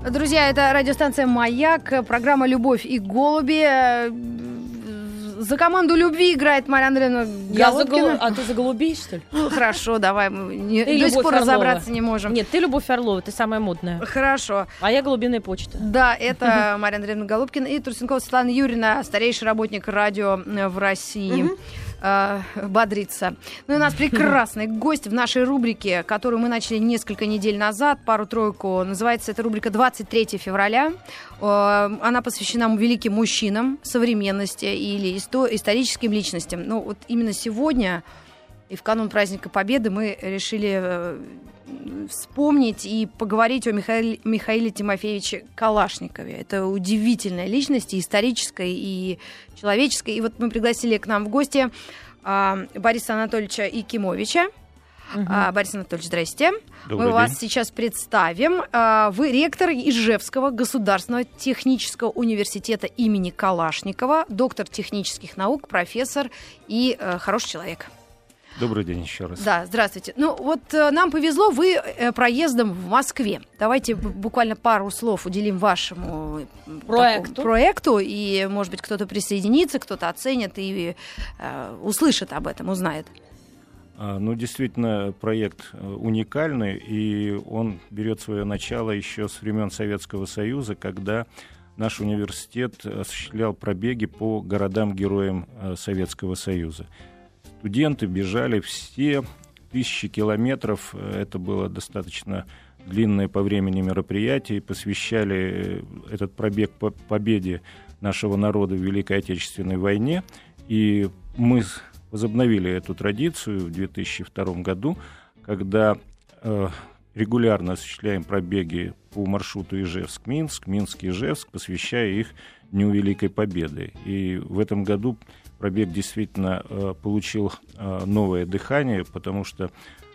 Друзья, это радиостанция «Маяк», программа «Любовь и голуби». За команду любви играет Мария Андреевна Голубкина. А ты за голубей, что ли? Ну, хорошо, давай. Мы до сих пор разобраться не можем. Нет, ты Любовь Орлова, ты самая модная. Хорошо. А я Голубиная почта. Да, это Мария Андреевна Голубкина и Турсенкова Светлана Юрьевна, старейший работник радио в России. Бодрится. Ну и у нас прекрасный гость в нашей рубрике, которую мы начали несколько недель назад, пару-тройку. Называется эта рубрика «23 февраля». Она посвящена великим мужчинам современности или историческим личностям. Ну вот именно сегодня и в канун праздника Победы мы решили вспомнить и поговорить о Михаиле Тимофеевиче Калашникове. Это удивительная личность, и историческая, и человеческая. И вот мы пригласили к нам в гости Бориса Анатольевича Якимовича. Борис Анатольевич, здрасте. Добрый Мы вас день. сейчас представим. Вы ректор Ижевского государственного технического университета имени Калашникова, доктор технических наук, профессор и хороший человек. Добрый день еще раз. Да, здравствуйте. Ну вот нам повезло, вы проездом в Москве. Давайте буквально пару слов уделим вашему проекту, и, может быть, кто-то присоединится, кто-то оценит и услышит об этом, узнает. Ну, действительно, проект уникальный, и он берет свое начало еще с времен Советского Союза, когда наш университет осуществлял пробеги по городам-героям Советского Союза. Студенты бежали все 1000 километров. Это было достаточно длинное по времени мероприятие. Посвящали этот пробег по победе нашего народа в Великой Отечественной войне. И мы возобновили эту традицию в 2002 году, когда регулярно осуществляем пробеги по маршруту Ижевск-Минск, Минск-Ижевск, посвящая их Дню Великой Победы. И в этом году пробег действительно получил новое дыхание, потому что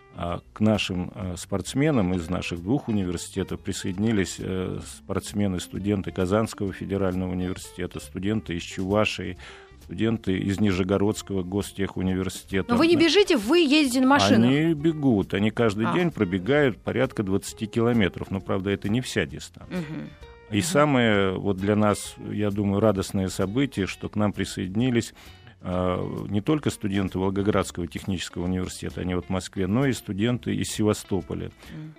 к нашим спортсменам из наших двух университетов присоединились спортсмены, студенты Казанского федерального университета, студенты из Чувашии, студенты из Нижегородского гостехуниверситета. Но вы не бежите, вы едете на машинах. Они бегут, они каждый день пробегают порядка 20 километров, но, правда, это не вся дистанция. И самое вот для нас, я думаю, радостное событие, что к нам присоединились не только студенты Волгоградского технического университета, они вот в Москве, но и студенты из Севастополя.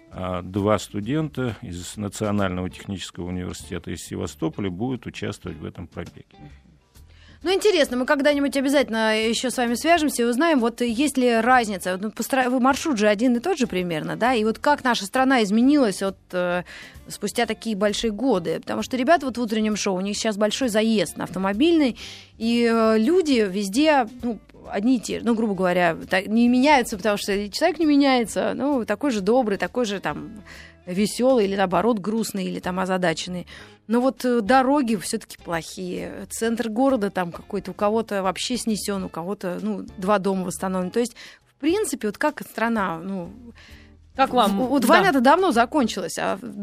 2 студента из Национального технического университета из Севастополя будут участвовать в этом пробеге. Ну, интересно, мы когда-нибудь обязательно еще с вами свяжемся и узнаем, вот есть ли разница. Ну, маршрут же один и тот же примерно, да? И вот как наша страна изменилась спустя такие большие годы. Потому что ребята вот в утреннем шоу, у них сейчас большой заезд на автомобильный, и люди везде, одни и те, грубо говоря, не меняются, потому что человек не меняется, такой же добрый, такой же там веселый или, наоборот, грустный или там озадаченный. Но вот дороги все-таки плохие. Центр города там какой-то у кого-то вообще снесен, у кого-то 2 дома восстановлены. То есть, в принципе, вот как страна, как вам? Вот война-то давно закончилась,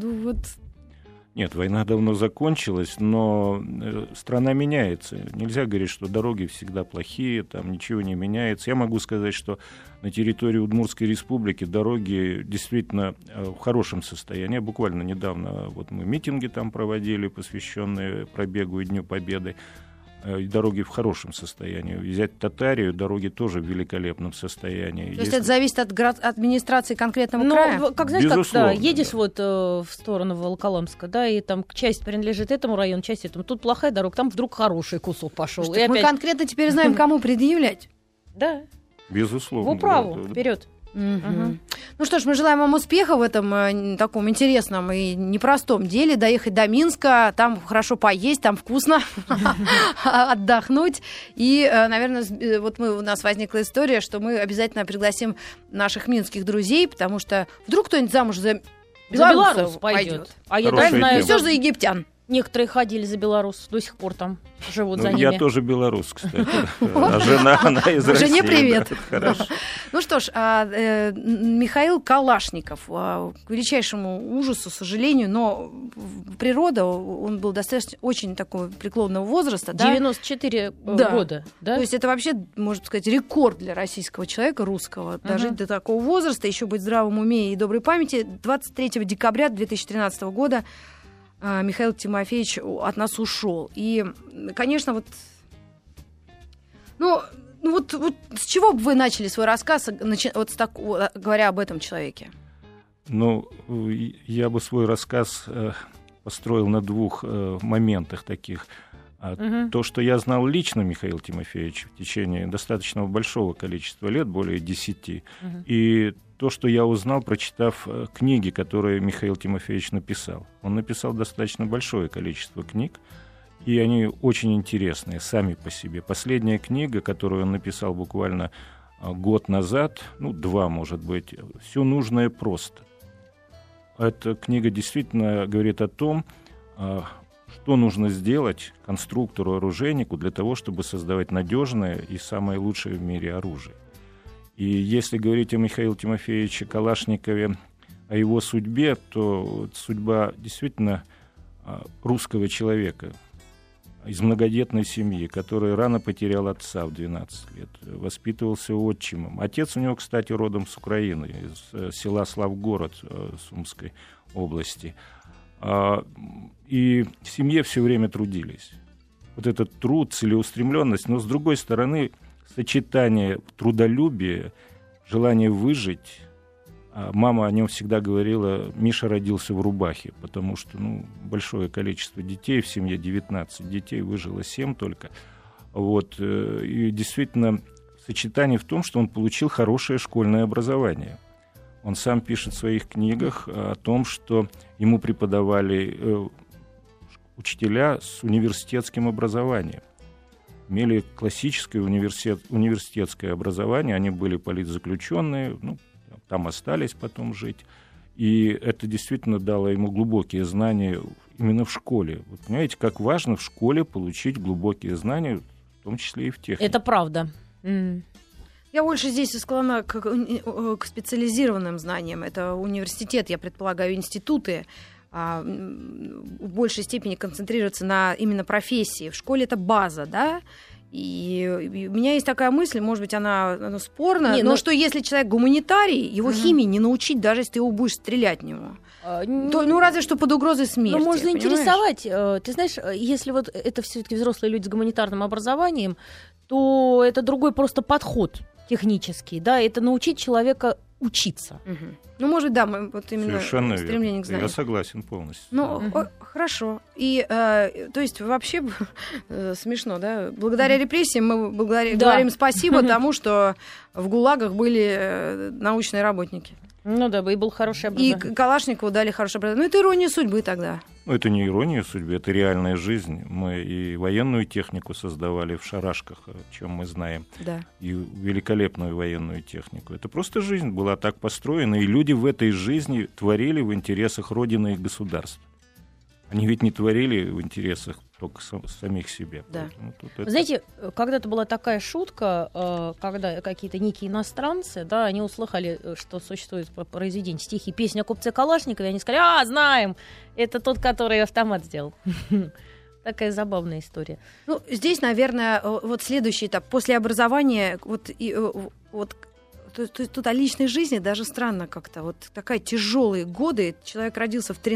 Нет, война давно закончилась, но страна меняется. Нельзя говорить, что дороги всегда плохие, там ничего не меняется. Я могу сказать, что на территории Удмуртской республики дороги действительно в хорошем состоянии. Буквально недавно мы митинги там проводили, посвященные пробегу и Дню Победы. Дороги в хорошем состоянии. Взять Татарию, дороги тоже в великолепном состоянии. То есть это зависит от администрации конкретного края? Безусловно, едешь в сторону Волоколамска, и там часть принадлежит этому району, часть этому. Тут плохая дорога, там вдруг хороший кусок пошел. Мы конкретно теперь знаем, кому предъявлять. Да. Безусловно. В управу, вперед. Ну что ж, мы желаем вам успеха в этом таком интересном и непростом деле. Доехать до Минска, там хорошо поесть, там вкусно отдохнуть. И, наверное, у нас возникла история, что мы обязательно пригласим наших минских друзей, потому что вдруг кто-нибудь замуж за белорусов пойдет. А я знаю, все же за египтян. Некоторые ходили за Беларусь, до сих пор там живут за ними. Я тоже белорус, кстати. А жена, она из России. Жене привет. Хорошо. Ну что ж, Михаил Калашников, к величайшему ужасу, сожалению, но природа, он был достаточно очень такого преклонного возраста. 94 года, да? То есть это вообще, можно сказать, рекорд для российского человека, русского, дожить до такого возраста, еще быть в здравом уме и доброй памяти. 23 декабря 2013 года Михаил Тимофеевич от нас ушел. И, конечно, вот с чего бы вы начали свой рассказ, говоря об этом человеке? Ну, я бы свой рассказ построил на двух моментах таких. То, что я знал лично Михаила Тимофеевича в течение достаточно большого количества лет, более 10, и то, что я узнал, прочитав книги, которые Михаил Тимофеевич написал. Он написал достаточно большое количество книг, и они очень интересные сами по себе. Последняя книга, которую он написал буквально год назад, 2, может быть, «Все нужное просто». Эта книга действительно говорит о том, что нужно сделать конструктору-оружейнику для того, чтобы создавать надежное и самое лучшее в мире оружие. И если говорить о Михаиле Тимофеевиче Калашникове, о его судьбе, то судьба действительно русского человека из многодетной семьи, который рано потерял отца в 12 лет, воспитывался отчимом. Отец у него, кстати, родом с Украины, из села Славгород Сумской области. И в семье все время трудились. Вот этот труд, целеустремленность, но, с другой стороны, сочетание трудолюбия, желание выжить. Мама о нем всегда говорила: Миша родился в рубахе, потому что большое количество детей в семье, 19 детей, выжило 7 только. Вот. И действительно, сочетание в том, что он получил хорошее школьное образование. Он сам пишет в своих книгах о том, что ему преподавали учителя с университетским образованием. Имели классическое университетское образование, они были политзаключенные, там остались потом жить. И это действительно дало ему глубокие знания именно в школе. Вы понимаете, как важно в школе получить глубокие знания, в том числе и в технике. Это правда. Я больше здесь склонна к специализированным знаниям. Это университет, я предполагаю, институты. В большей степени концентрироваться на именно профессии. В школе это база, да? И у меня есть такая мысль, может быть, она спорная, но что если человек гуманитарий, его химии не научить, даже если ты его будешь стрелять в него. Разве что под угрозой смерти. Можно интересовать. Ты знаешь, если вот это все-таки взрослые люди с гуманитарным образованием, то это другой просто подход технический, да, это научить человека учиться. Может, да, мы вот именно совершенно стремление верно. к знанию. Я согласен полностью. Хорошо. И, то есть, вообще смешно, да? Благодаря репрессиям мы говорим спасибо тому, что в ГУЛАГах были научные работники. И был хороший образование. И Калашникову дали хорошее образование. Это ирония судьбы тогда. Это не ирония судьбы, это реальная жизнь. Мы и военную технику создавали в шарашках, о чем мы знаем, да. И великолепную военную технику. Это просто жизнь была так построена, и люди в этой жизни творили в интересах Родины и государства. Они ведь не творили в интересах только самих себя. Да. Знаете, когда-то была такая шутка, когда какие-то некие иностранцы, да, они услыхали, что существует произведение стихи «Песня о купце Калашникове», и они сказали: знаем, это тот, который автомат сделал. Такая забавная история. Здесь, наверное, вот следующий этап. После образования, тут о личной жизни даже странно как-то. Вот такая тяжелые годы. Человек родился в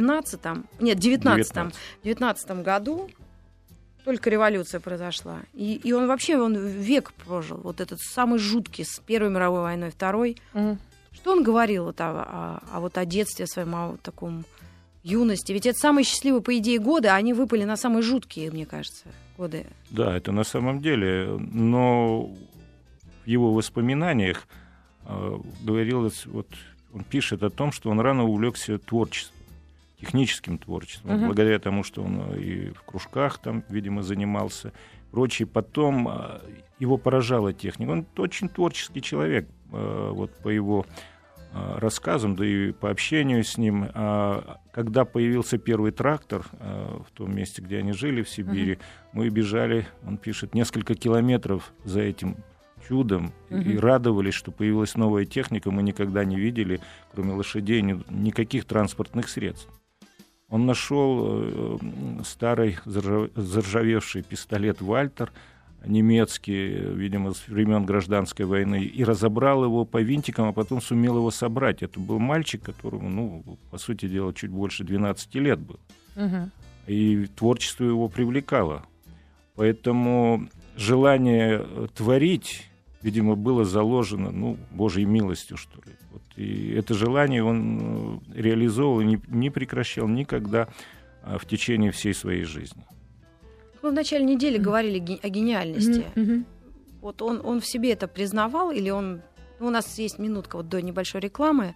19 году. Только революция произошла. И он век прожил. Вот этот самый жуткий с Первой мировой войной, Второй. Что он говорил о детстве своем, о таком юности? Ведь это самые счастливые, по идее, годы, а они выпали на самые жуткие, мне кажется, годы. Да, это на самом деле. Но в его воспоминаниях говорилось, он пишет о том, что он рано увлекся творчеством, техническим творчеством, благодаря тому, что он и в кружках там, видимо, занимался, прочее. Потом его поражала техника. Он очень творческий человек, по его рассказам, да и по общению с ним. Когда появился первый трактор в том месте, где они жили, в Сибири, мы бежали, он пишет, несколько километров за этим чудом и радовались, что появилась новая техника. Мы никогда не видели, кроме лошадей, никаких транспортных средств. Он нашел старый заржавевший пистолет «Вальтер», немецкий, видимо, с времен Гражданской войны, и разобрал его по винтикам, а потом сумел его собрать. Это был мальчик, которому, по сути дела, чуть больше 12 лет был. И творчество его привлекало. Поэтому желание творить, видимо, было заложено, Божьей милостью, что ли. Вот. И это желание он реализовывал и не прекращал никогда в течение всей своей жизни. Мы в начале недели говорили о гениальности. Вот он в себе это признавал, или он... У нас есть минутка вот до небольшой рекламы.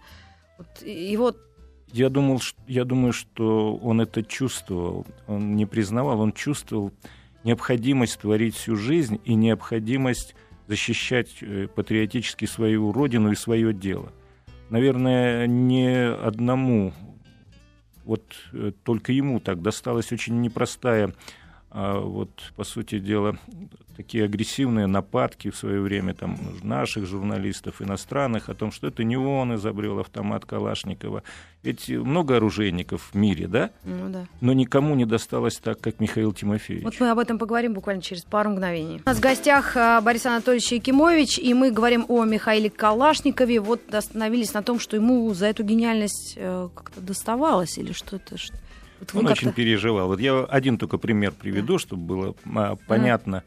Я думаю, что он это чувствовал. Он не признавал, он чувствовал необходимость творить всю жизнь и необходимость защищать патриотически свою родину и свое дело. Наверное, не одному, только ему так досталась очень непростая, по сути дела, такие агрессивные нападки в свое время там, наших журналистов, иностранных, о том, что это не он изобрел автомат Калашникова. Ведь много оружейников в мире, да? Да. Но никому не досталось так, как Михаил Тимофеевич. Вот мы об этом поговорим буквально через пару мгновений. У нас в гостях Борис Анатольевич Якимович, и мы говорим о Михаиле Калашникове. Вот остановились на том, что ему за эту гениальность как-то доставалось, или что-то... Он очень переживал. Вот я один только пример приведу, чтобы было понятно,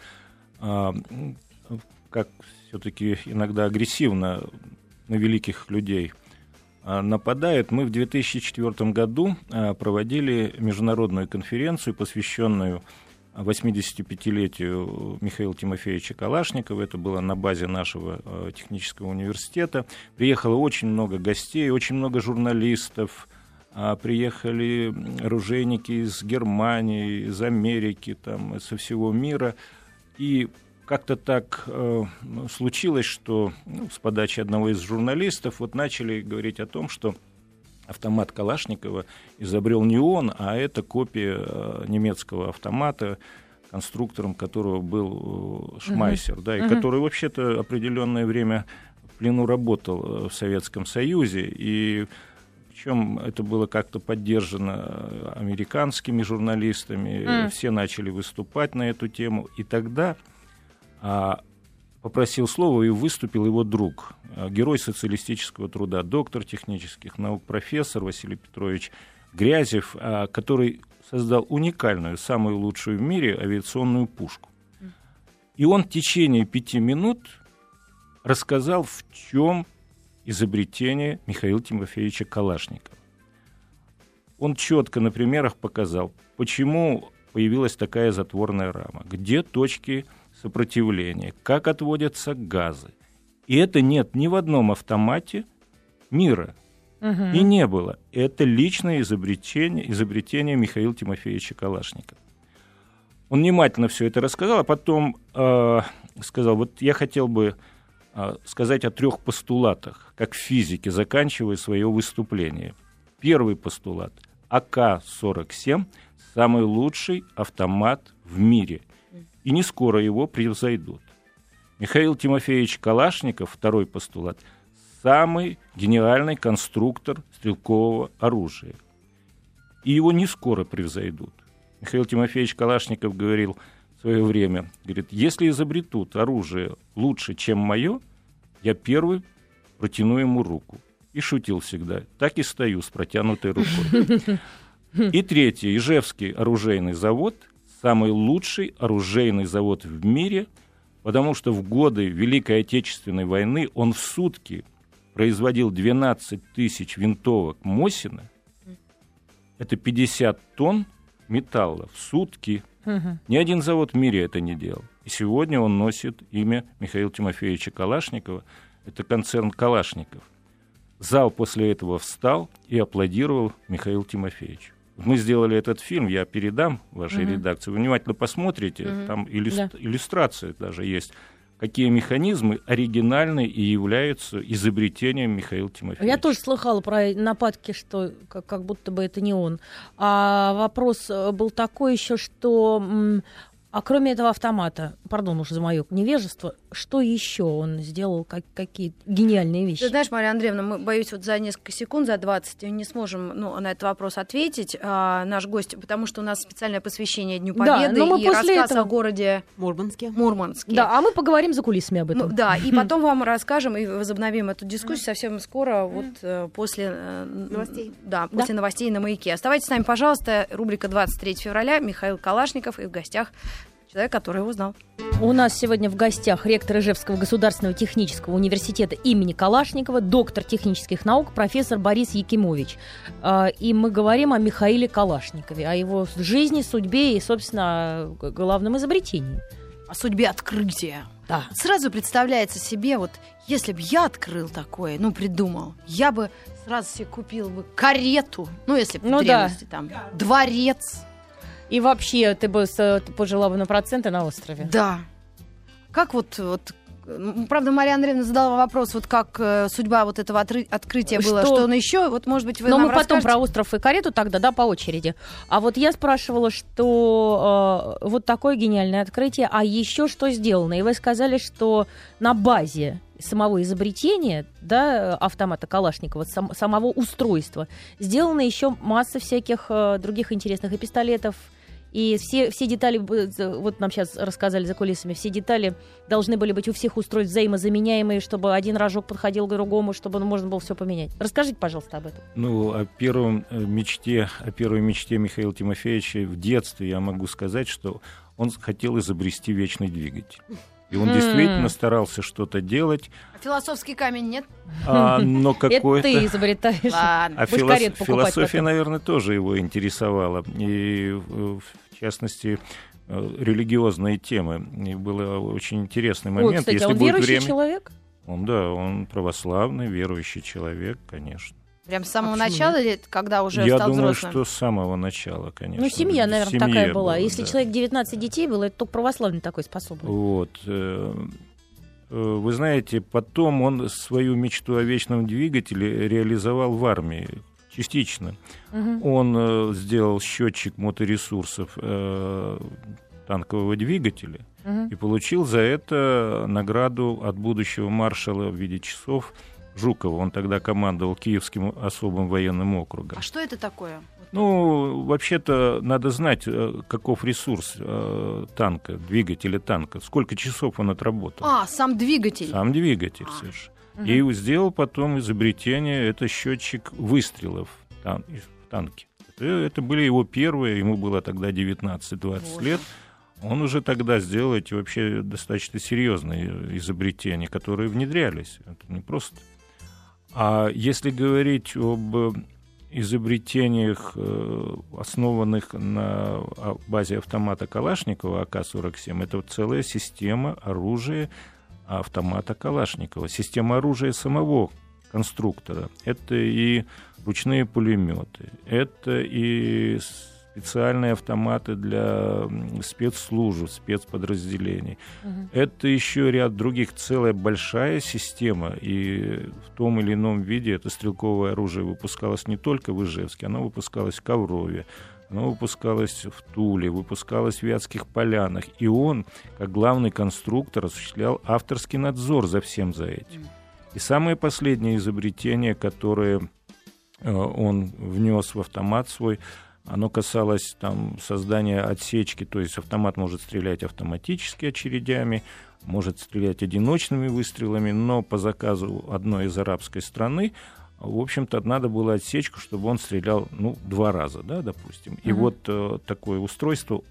как все-таки иногда агрессивно на великих людей нападают. Мы в 2004 году проводили международную конференцию, посвященную 85-летию Михаила Тимофеевича Калашникова. Это было на базе нашего технического университета. Приехало очень много гостей, очень много журналистов. Приехали оружейники из Германии, из Америки, там, со всего мира. И как-то так случилось, что с подачи одного из журналистов начали говорить о том, что автомат Калашникова изобрел не он, а это копия немецкого автомата, конструктором которого был Шмайсер, да, и который вообще-то определенное время в плену работал в Советском Союзе. И причем это было как-то поддержано американскими журналистами, все начали выступать на эту тему. И тогда попросил слова и выступил его друг, герой социалистического труда, доктор технических наук, профессор Василий Петрович Грязев, который создал уникальную, самую лучшую в мире авиационную пушку. И он в течение 5 минут рассказал, в чем изобретение Михаила Тимофеевича Калашникова. Он четко на примерах показал, почему появилась такая затворная рама, где точки сопротивления, как отводятся газы. И это нет ни в одном автомате мира. И не было. Это личное изобретение Михаила Тимофеевича Калашникова. Он внимательно все это рассказал, а потом сказал, я хотел бы сказать о 3 постулатах, как в физике, заканчивая свое выступление. Первый постулат. АК-47 – самый лучший автомат в мире. И не скоро его превзойдут. Михаил Тимофеевич Калашников, второй постулат – самый гениальный конструктор стрелкового оружия. И его не скоро превзойдут. Михаил Тимофеевич Калашников говорил в свое время, говорит, если изобретут оружие лучше, чем мое, я первый протяну ему руку. И шутил всегда, так и стою с протянутой рукой. И третий, Ижевский оружейный завод, самый лучший оружейный завод в мире, потому что в годы Великой Отечественной войны он в сутки производил 12 тысяч винтовок Мосина. Это 50 тонн металла в сутки. Ни один завод в мире это не делал. И сегодня он носит имя Михаила Тимофеевича Калашникова. Это концерн Калашников. Зал после этого встал и аплодировал Михаилу Тимофеевичу. Мы сделали этот фильм, я передам вашей редакции. Вы внимательно посмотрите, там иллюстрация даже есть, какие механизмы оригинальны и являются изобретением Михаила Тимофеевича. Я тоже слыхала про нападки, что как будто бы это не он. А вопрос был такой еще, что А кроме этого автомата, пардон уж за мое невежество, что еще он сделал, какие гениальные вещи? Ты знаешь, Мария Андреевна, мы, боюсь, вот за несколько секунд, за 20, не сможем на этот вопрос ответить, наш гость, потому что у нас специальное посвящение Дню Победы, да, и рассказ о городе Мурманске. Да, а мы поговорим за кулисами об этом. Да, и потом вам расскажем и возобновим эту дискуссию совсем скоро, после новостей. Да, после новостей на «Маяке». Оставайтесь с нами, пожалуйста. Рубрика «23 февраля». Михаил Калашников, и в гостях человек, который его знал. У нас сегодня в гостях ректор Ижевского государственного технического университета имени Калашникова, доктор технических наук, профессор Борис Якимович. И мы говорим о Михаиле Калашникове, о его жизни, судьбе и, собственно, о главном изобретении. О судьбе открытия. Да. Сразу представляется себе, вот если бы я открыл такое, придумал, я бы сразу себе купил бы карету, если бы в древности, там, дворец. И вообще, ты бы пожила бы на проценты на острове. Да. Как правда, Мария Андреевна задала вопрос, как судьба вот этого открытия была, что он еще, может быть, вы нам мы потом расскажете? про остров и карету тогда, по очереди. А вот я спрашивала, что вот такое гениальное открытие, а еще что сделано? И вы сказали, что на базе самого изобретения, автомата Калашникова, самого устройства, сделана еще масса всяких других интересных и пистолетов. И все детали, вот нам сейчас рассказали за кулисами, все детали должны были быть у всех устройств взаимозаменяемые, чтобы один рожок подходил к другому, чтобы можно было все поменять. Расскажите, пожалуйста, об этом. О первой мечте Михаила Тимофеевича в детстве я могу сказать, что он хотел изобрести вечный двигатель. И он действительно старался что-то делать. А философский камень нет? Но какой-то... Это ты изобретаешь. А философия, наверное, тоже его интересовала. И, в частности, религиозные темы. И был очень интересный момент. Кстати, он верующий человек? Он православный, верующий человек, конечно. Прям с самого начала или когда уже Я стал думаю, взрослым? что с самого начала, конечно. Семья, наверное, такая была. Если человек 19 детей был, это только православный такой способный. Вот. Вы знаете, потом он свою мечту о вечном двигателе реализовал в армии. Частично. Он сделал счетчик моторесурсов танкового двигателя и получил за это награду от будущего маршала в виде часов Жукова. Он тогда командовал Киевским особым военным округом. А что это такое? Вообще-то надо знать, каков ресурс танка, двигателя танка, сколько часов он отработал. Сам двигатель? Сам двигатель, совершенно. И сделал потом изобретение, это счетчик выстрелов в танке. Это были его первые, ему было тогда 19-20 лет. Он уже тогда сделал эти вообще достаточно серьезные изобретения, которые внедрялись. Это не просто. А если говорить об изобретениях, основанных на базе автомата Калашникова АК-47, это целая система оружия автомата Калашникова, система оружия самого конструктора. Это и ручные пулеметы, это и специальные автоматы для спецслужб, спецподразделений. Это еще ряд других, целая большая система, и в том или ином виде это стрелковое оружие выпускалось не только в Ижевске, оно выпускалось в Коврове, оно выпускалось в Туле, выпускалось в Вятских Полянах, и он, как главный конструктор, осуществлял авторский надзор за всем за этим. И самое последнее изобретение, которое он внес в автомат свой, оно касалось создания отсечки, то есть автомат может стрелять автоматически очередями, может стрелять одиночными выстрелами, но по заказу одной из арабской страны, в общем-то, надо было отсечку, чтобы он стрелял 2 раза, допустим. И вот такое устройство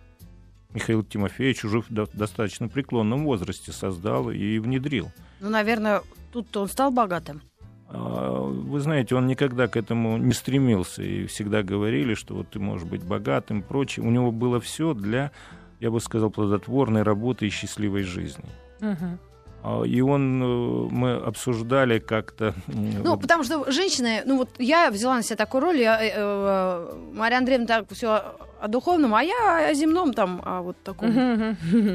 Михаил Тимофеевич уже в достаточно преклонном возрасте создал и внедрил. Наверное, тут-то он стал богатым. Вы знаете, он никогда к этому не стремился, и всегда говорили, что ты можешь быть богатым, прочее. У него было все для, я бы сказал, плодотворной работы и счастливой жизни. И мы обсуждали как-то... Потому что женщины... я взяла на себя такую роль, Мария Андреевна так все о духовном, а я о земном вот таком.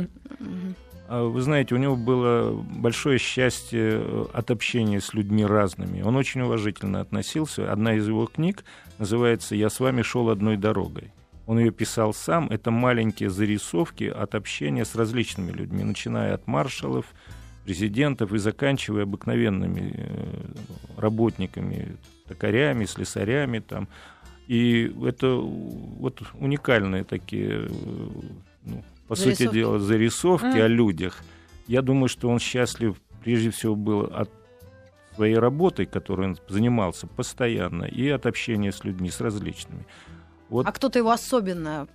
Вы знаете, у него было большое счастье от общения с людьми разными. Он очень уважительно относился. Одна из его книг называется «Я с вами шел одной дорогой». Он ее писал сам. Это маленькие зарисовки от общения с различными людьми, начиная от маршалов, президентов и заканчивая обыкновенными работниками, токарями, слесарями. Там. И это вот уникальные такие, по сути дела, зарисовки о людях. Я думаю, что он счастлив прежде всего был от своей работы, которой он занимался постоянно, и от общения с людьми, с различными. Вот. А кто-то его особенно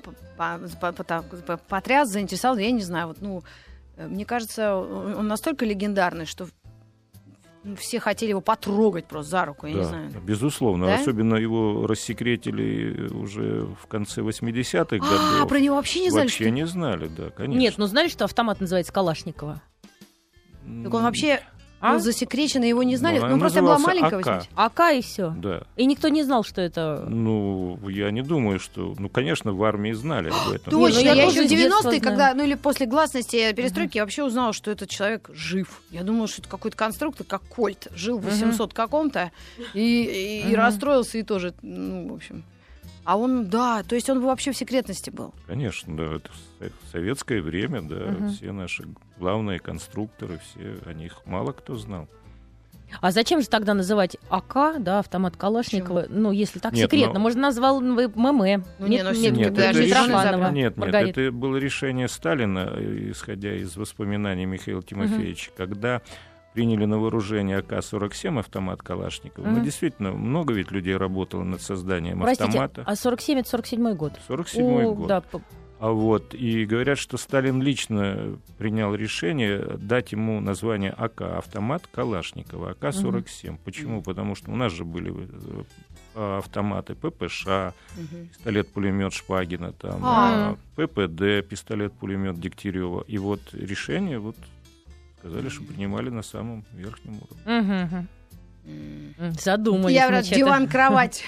потряс, заинтересовал, я не знаю. Мне кажется, он настолько легендарный, что все хотели его потрогать просто за руку, я не знаю. Безусловно. Да? Особенно его рассекретили уже в конце 80-х годов. А, про него вообще не знали? Вообще не знали, да, конечно. Нет, знали, что автомат называется Калашникова? Так он вообще... засекреченный, его не знали. Просто была маленькая. АК и все. Да. И никто не знал, что это. Я не думаю, что. Конечно, в армии знали об этом. Точно, я еще в 90-е, знаю. когда, или после гласности перестройки, я вообще узнала, что этот человек жив. Я думала, что это какой-то конструктор, как Кольт, жил в 800 каком-то и расстроился, и тоже, в общем. А он, то есть он вообще в секретности был. Конечно, да, это в советское время, да, все наши главные конструкторы, все о них мало кто знал. А зачем же тогда называть АК, автомат Калашникова? Почему? Если так секретно, можно назвал ММ. Нет, это было решение Сталина, исходя из воспоминаний Михаила Тимофеевича, когда приняли на вооружение АК-47 автомат Калашникова. Действительно, много ведь людей работало над созданием автомата. А 47 это 47-й год? 47-й год. Да. И говорят, что Сталин лично принял решение дать ему название АК, автомат Калашникова, АК-47. Почему? Потому что у нас же были автоматы ППШ, пистолет-пулемет Шпагина, ППД, пистолет-пулемет Дегтярева. И вот решение сказали, что принимали на самом верхнем уровне. Задумались. Я рад, диван-кровать.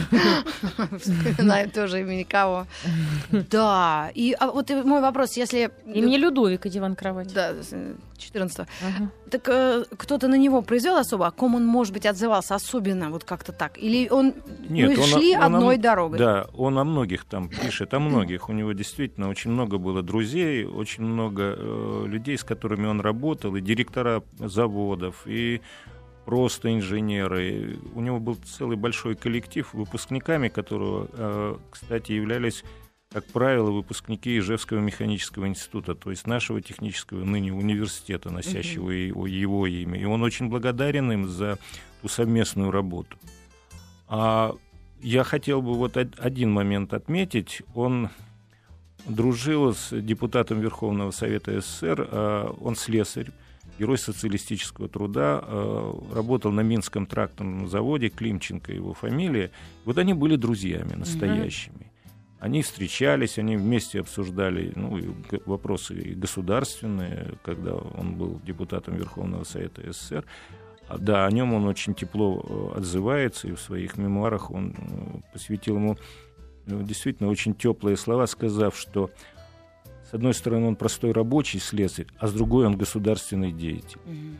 Вспоминаю тоже имени кого. Да. И вот мой вопрос, если... Имени Людовика диван-кровать. Да, 14-го. Так кто-то на него произвел особо? О ком он, может быть, отзывался особенно, вот как-то так? Или он... Нет, мы шли одной дорогой? Да, он о многих там пишет, о многих. У него действительно очень много было друзей, очень много людей, с которыми он работал, и директора заводов, и просто инженеры. У него был целый большой коллектив, выпускниками которого, кстати, являлись, как правило, выпускники Ижевского механического института, то есть нашего технического ныне университета, носящего его имя. И он очень благодарен им за ту совместную работу. А я хотел бы один момент отметить. Он дружил с депутатом Верховного Совета СССР, он слесарь, герой социалистического труда, работал на Минском тракторном заводе, Климченко его фамилия. Вот они были друзьями настоящими. Они встречались, они вместе обсуждали вопросы государственные, когда он был депутатом Верховного Совета СССР. Да, о нем он очень тепло отзывается, и в своих мемуарах он посвятил ему действительно очень теплые слова, сказав, что с одной стороны, он простой рабочий слесарь, а с другой он государственный деятель.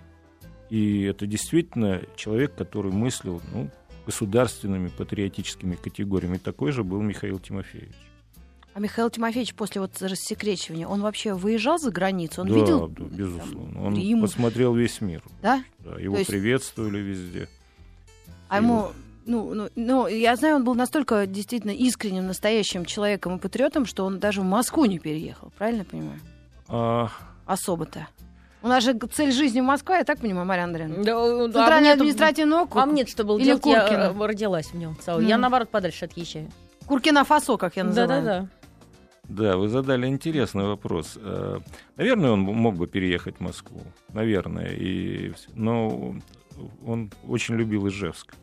И это действительно человек, который мыслил государственными патриотическими категориями. Такой же был Михаил Тимофеевич. А Михаил Тимофеевич после рассекречивания, он вообще выезжал за границу? Он да, видел? Да, безусловно. Он посмотрел весь мир. Да? Да, его приветствовали везде. А ему... я знаю, он был настолько действительно искренним, настоящим человеком и патриотом, что он даже в Москву не переехал, правильно я понимаю? Особо-то. У нас же цель жизни в Москве, я так понимаю, Марья Андреевна? Центральный административный округ. А мне что было делать? Я родилась в нем. Я, наоборот, подальше отъезжаю. Куркина-Фасо, как я называю. Да-да-да. Да, вы задали интересный вопрос. Наверное, он мог бы переехать в Москву. Наверное. Но он очень любил Ижевск.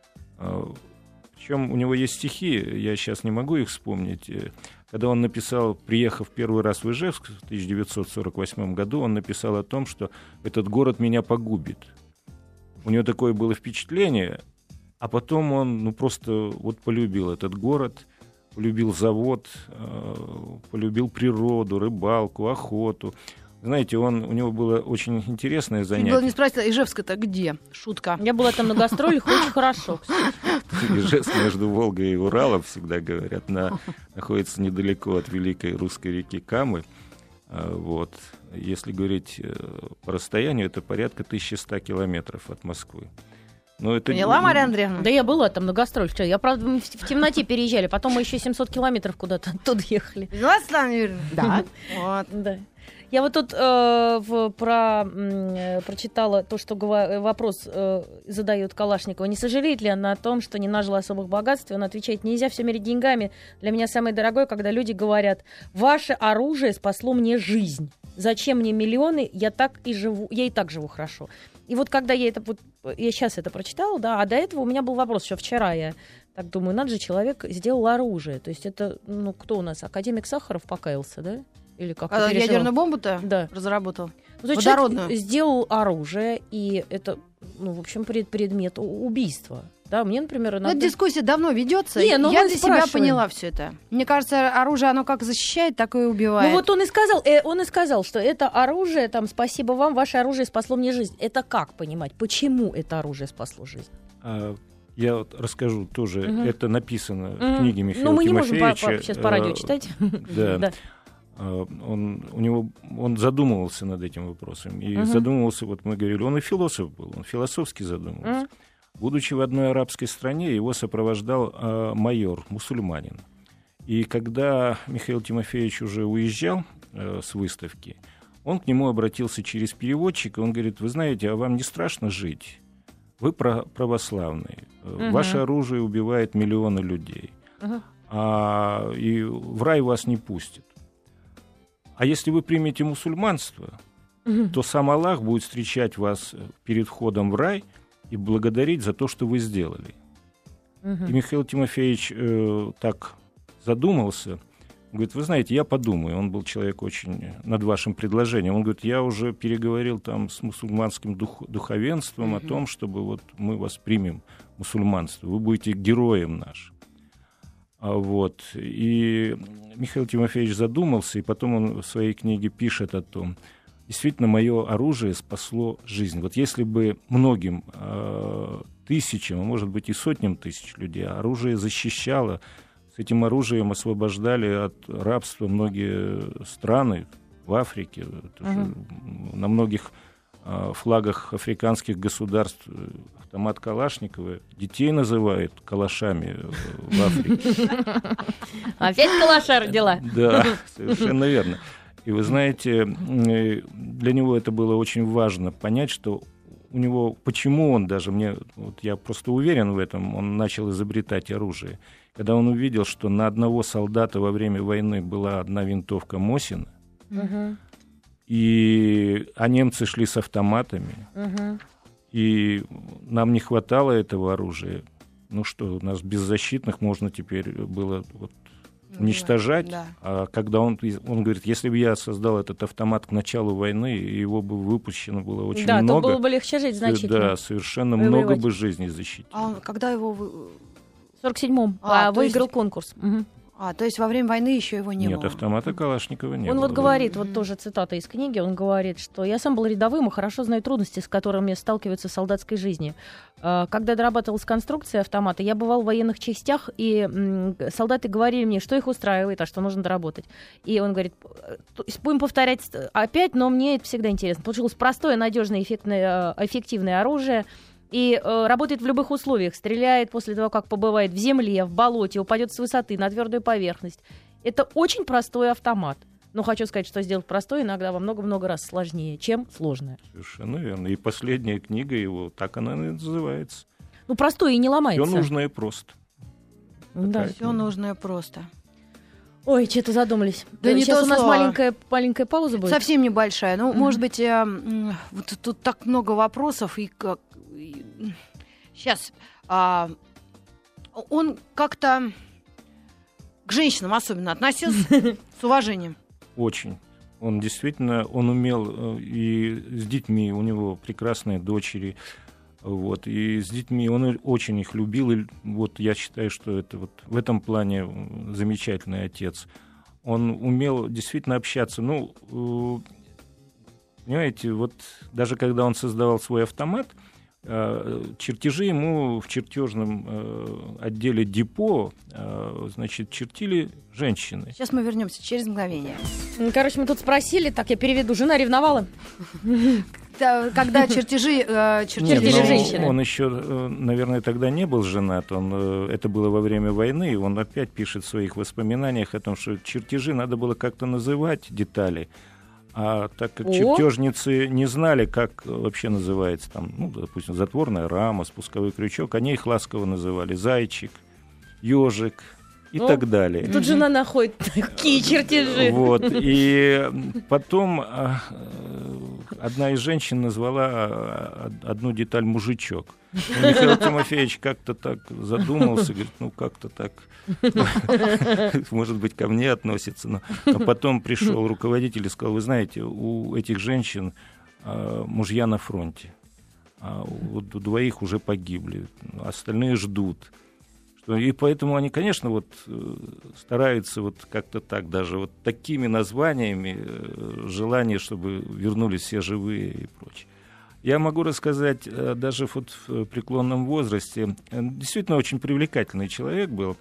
Причем у него есть стихи, я сейчас не могу их вспомнить. Когда он написал, приехав первый раз в Ижевск в 1948 году, он написал о том, что этот город меня погубит. У него такое было впечатление, а потом он просто полюбил этот город, полюбил завод, полюбил природу, рыбалку, охоту. Знаете, у него было очень интересное занятие. Чуть было не спросила, Ижевск-то где? Шутка. Я была там на гастролях, очень хорошо, кстати. Ижевск между Волгой и Уралом, всегда говорят, находится недалеко от великой русской реки Камы. Вот. Если говорить по расстоянию, это порядка 1100 километров от Москвы. Но это... Поняла, Мария Андреевна? Да я была там на гастролях. Я, правда, мы в темноте переезжали. Потом мы еще 700 километров куда-то оттуда ехали. Поняла, Светлана Юрьевна? Да. Вот. Да. Я вот тут прочитала то, что вопрос задает Калашникова. Не сожалеет ли она о том, что не нажила особых богатств? Он отвечает: нельзя все мерить деньгами. Для меня самое дорогое, когда люди говорят: ваше оружие спасло мне жизнь. Зачем мне миллионы? Я и так живу хорошо. И вот когда я сейчас это прочитала, да, а до этого у меня был вопрос еще вчера. Я так думаю, надо же, человек сделал оружие. То есть это, кто у нас? Академик Сахаров покаялся, да? Или как ядерную бомбу-то да. разработал? Ну, водородную. Сделал оружие, и это, в общем, предмет убийства. Да, мне, например... Эта дискуссия давно ведется. Я для себя поняла все это. Мне кажется, оружие, оно как защищает, так и убивает. Ну вот он и сказал, что это оружие, там, спасибо вам, ваше оружие спасло мне жизнь. Это как понимать? Почему это оружие спасло жизнь? Я вот расскажу тоже. Это написано в книге Михаила Тимофеевича. Мы не можем сейчас по радио читать. Да. Он задумывался над этим вопросом. И задумывался, вот мы говорили, он и философ был, он философски задумывался. Будучи в одной арабской стране, его сопровождал майор, мусульманин. И когда Михаил Тимофеевич уже уезжал с выставки, он к нему обратился через переводчика, он говорит: вы знаете, а вам не страшно жить? Вы православные, ваше оружие убивает миллионы людей, и в рай вас не пустят. А если вы примете мусульманство, то сам Аллах будет встречать вас перед входом в рай и благодарить за то, что вы сделали. И Михаил Тимофеевич так задумался. Он говорит: вы знаете, я подумаю. Он был человек очень над вашим предложением. Он говорит: я уже переговорил там с мусульманским духовенством о том, чтобы вот мы вас примем, мусульманство. Вы будете героем нашим. Вот. И Михаил Тимофеевич задумался, и потом он в своей книге пишет о том, действительно, мое оружие спасло жизнь. Вот если бы многим тысячам, а может быть и сотням тысяч людей оружие защищало, с этим оружием освобождали от рабства многие страны в Африке, на многих флагах африканских государств автомат Калашникова детей называют калашами в Африке. Опять калаша родила. Да, совершенно верно. И вы знаете, для него это было очень важно понять, что у него, почему он даже, я просто уверен в этом, он начал изобретать оружие. Когда он увидел, что на одного солдата во время войны была одна винтовка Мосина, а немцы шли с автоматами, и нам не хватало этого оружия. Ну что, у нас беззащитных можно теперь было уничтожать. Да. А когда он говорит, если бы я создал этот автомат к началу войны, его бы выпущено было очень много. Да, то было бы легче жить значительно. Да, совершенно много бы жизней защитил. А он, когда его... В 47-м выиграл конкурс. То есть во время войны еще его не было? Нет, автомата Калашникова не было. Он вот говорит, вот тоже цитата из книги, он говорит, что я сам был рядовым и хорошо знаю трудности, с которыми сталкиваются в солдатской жизни. Когда дорабатывалась конструкция автомата, я бывал в военных частях, и солдаты говорили мне, что их устраивает, а что нужно доработать. И он говорит, будем повторять опять, но мне это всегда интересно. Получилось простое, надежное, эффективное оружие. И работает в любых условиях. Стреляет после того, как побывает в земле, в болоте, упадет с высоты на твердую поверхность. Это очень простой автомат. Но хочу сказать, что сделать простой иногда во много-много раз сложнее, чем сложное. Совершенно верно. И последняя книга его, так она и называется. Ну, простой и не ломается. Все нужно и просто. Да. Все нужно и просто. Ой, что-то задумались. Да сейчас у нас маленькая пауза будет. Совсем небольшая. Ну, может быть, вот тут так много вопросов, и сейчас он как-то к женщинам особенно относился с уважением. Очень. Он действительно, он умел, и с детьми, у него прекрасные дочери, вот, и с детьми он очень их любил, и вот я считаю, что это вот в этом плане замечательный отец. Он умел действительно общаться. Ну, Понимаете, вот даже когда он создавал свой автомат, чертежи ему в чертежном отделе депо, значит, чертили женщины. Сейчас мы вернемся через мгновение. Короче, мы тут спросили, так я переведу, жена ревновала? Когда чертежи Чертили женщины. Он еще, наверное, тогда не был женат. Это было во время войны, и он опять пишет в своих воспоминаниях о том, что чертежи надо было как-то называть, детали. А так как чертежницы не знали, как вообще называется, там, ну, допустим, затворная рама, спусковой крючок, они их ласково называли зайчик, ежик и так далее. Тут жена находит такие чертежи. Вот. И потом одна из женщин назвала одну деталь «мужичок». Михаил Тимофеевич как-то так задумался, говорит, ну как-то так, может быть, ко мне относится. Но потом пришел руководитель и сказал, вы знаете, у этих женщин мужья на фронте, а вот у двоих уже погибли, остальные ждут. И поэтому они, конечно, вот стараются вот как-то так, даже вот такими названиями, желание, чтобы вернулись все живые и прочее. Я могу рассказать, даже вот в преклонном возрасте, действительно очень привлекательный человек был.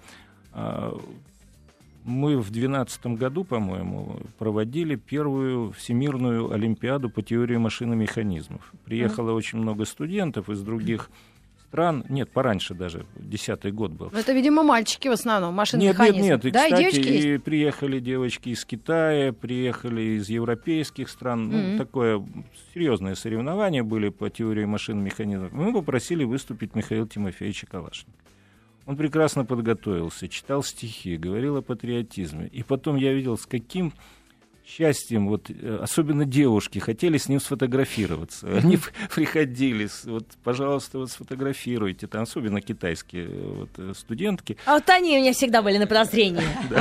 Мы в 2012 году, по-моему, проводили первую Всемирную Олимпиаду по теории машин и механизмов. Приехало очень много студентов из других стран. Нет, пораньше даже, 10-й год был. Но это, видимо, мальчики в основном, машины-механизмы. Нет. И, да, кстати, и девочки есть? Приехали девочки из Китая, приехали из европейских стран. Ну, такое серьезное соревнование были по теории машин и механизмов. Мы попросили выступить Михаила Тимофеевича Калашникова. Он прекрасно подготовился, читал стихи, говорил о патриотизме. И потом я видел, с каким счастьем, вот, особенно девушки, хотели с ним сфотографироваться. Они приходили, вот, пожалуйста, вот сфотографируйте, там, особенно китайские вот, студентки. А вот они у меня всегда были на подозрении.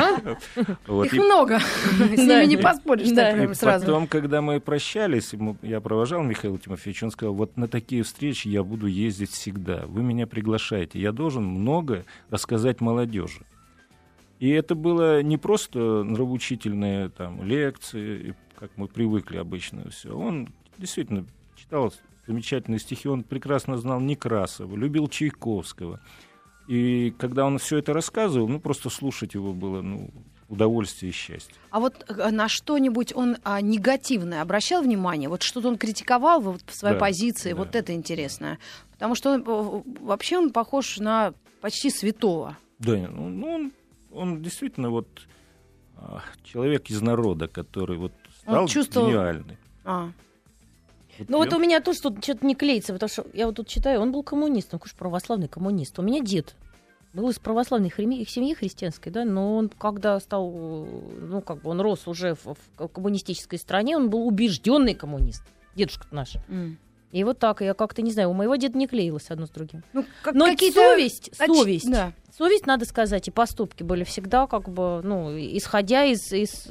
Их много, с ними не поспоришь сразу. Потом, когда мы прощались, я провожал Михаила Тимофеевича, он сказал, вот на такие встречи я буду ездить всегда, вы меня приглашаете, я должен много рассказать молодежи. И это было не просто нравоучительные там, лекции, как мы привыкли обычно все. Он действительно читал замечательные стихи, он прекрасно знал Некрасова, любил Чайковского. И когда он все это рассказывал, ну, просто слушать его было удовольствие и счастье. А вот на что-нибудь он негативное обращал внимание? Вот что-то он критиковал в своей позиции? Да. Вот это интересно. Потому что вообще он похож на почти святого. Да, он действительно вот человек из народа, который вот стал гениальный. Вот у меня тоже тут что-то не клеится, потому что я вот тут читаю, он был коммунистом, конечно, православный коммунист. У меня дед был из православной семьи христианской, да, но он когда стал, он рос уже в коммунистической стране, он был убежденный коммунист, дедушка-то наш. И вот так, я как-то, не знаю, у моего деда не клеилось одно с другим. Но совесть, да. Совесть, надо сказать, и поступки были всегда исходя из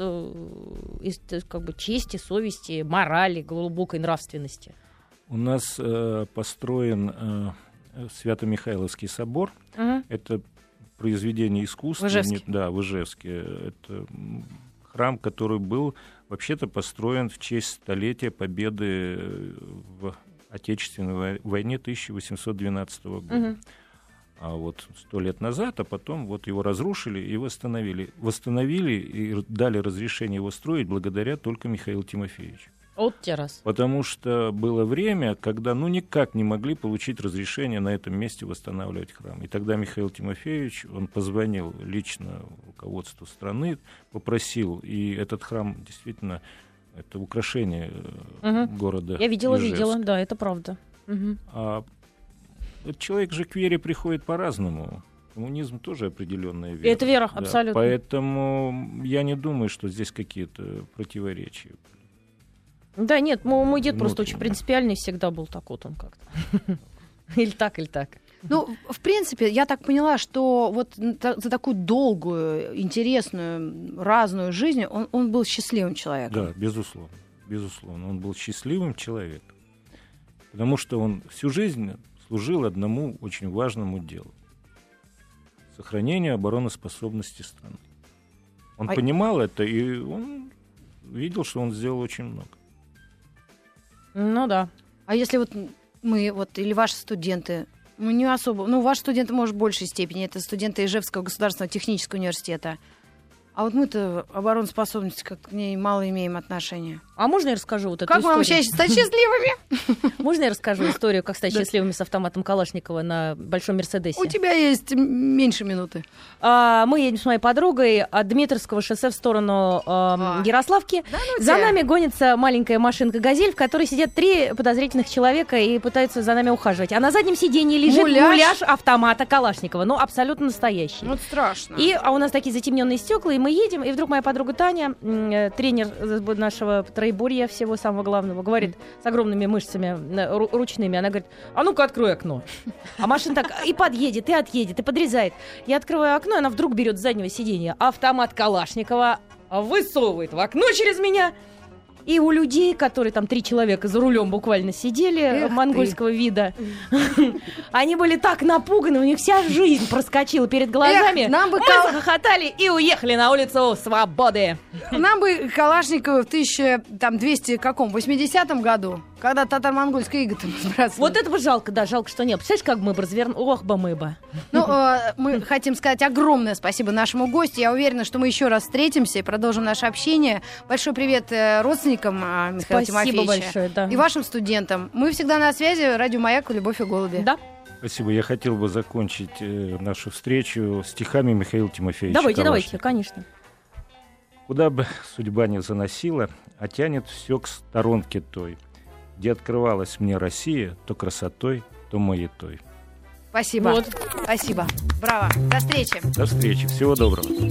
как бы чести, совести, морали, глубокой нравственности. У нас построен Свято-Михайловский собор. Это произведение искусства. В Ижевске. Да, в Ижевске. Это храм, который был вообще-то построен в честь столетия победы в Отечественной войне 1812 года. А вот 100 лет назад, а потом вот его разрушили и восстановили. Восстановили и дали разрешение его строить благодаря только Михаилу Тимофеевичу. Вот те раз. Потому что было время, когда никак не могли получить разрешение на этом месте восстанавливать храм. И тогда Михаил Тимофеевич, он позвонил лично руководству страны, попросил, и этот храм действительно, это украшение города. Я видела, да, это правда. Человек же к вере приходит по-разному. Коммунизм тоже определенная вера. Это вера, да, абсолютно. Поэтому я не думаю, что здесь какие-то противоречия. Да, нет, мой дед просто очень принципиальный всегда был, так вот он как-то. Или так, или так. В принципе, я так поняла, что вот за такую долгую, интересную, разную жизнь он был счастливым человеком. Да, безусловно. Безусловно, он был счастливым человеком. Потому что он всю жизнь служил одному очень важному делу — сохранению обороноспособности страны. Он понимал это, и он видел, что он сделал очень много. Ну да. А если вот мы, вот, или ваши студенты, мы не особо... Ну, ваши студенты, может, в большей степени. Это студенты Ижевского государственного технического университета. А вот мы-то обороноспособность как к ней мало имеем отношения. А можно я расскажу вот эту Как историю? вам сейчас стать счастливыми? Можно я расскажу историю, как стать счастливыми с автоматом Калашникова на большом Мерседесе? У тебя есть меньше минуты. Мы едем с моей подругой от Дмитровского шоссе в сторону Ярославки. Да, ну За тебя. нами гонится маленькая машинка «Газель», в которой сидят 3 подозрительных человека и пытаются за нами ухаживать. А на заднем сиденье лежит муляж автомата Калашникова. Ну, абсолютно настоящий. Вот страшно. А у нас такие затемненные стекла, и мы едем, и вдруг моя подруга Таня, тренер нашего троеборья, всего самого главного, говорит с огромными мышцами ручными, она говорит: а ну-ка открой окно. А машина так и подъедет, и отъедет, и подрезает. Я открываю окно, и она вдруг берет с заднего сиденья автомат Калашникова, высовывает в окно через меня. И у людей, которые там 3 человека за рулем буквально сидели, монгольского вида, они были так напуганы, у них вся жизнь проскочила перед глазами. Нам бы Мы захохотали и уехали на улицу Свободы. Нам бы Калашникова в 1280 году, когда татаро-монгольская ига там сбрасывали. Вот это бы жалко, да, жалко, что нет. Представляешь, как мы бы развернули? Ох бы мы бы. Ну, мы хотим сказать огромное спасибо нашему гостю. Я уверена, что мы еще раз встретимся и продолжим наше общение. Большой привет родственникам Михаила Тимофеевича. Спасибо большое, да. И вашим студентам. Мы всегда на связи. Радио «Маяк», «Любовь и голуби». Да. Спасибо. Я хотел бы закончить нашу встречу стихами Михаила Тимофеевича Давайте, Калашникова. конечно. Куда бы судьба ни заносила, а тянет все к сторонке той, где открывалась мне Россия то красотой, то маятой. Спасибо. Вот. Спасибо. Браво. До встречи. До встречи. Всего доброго.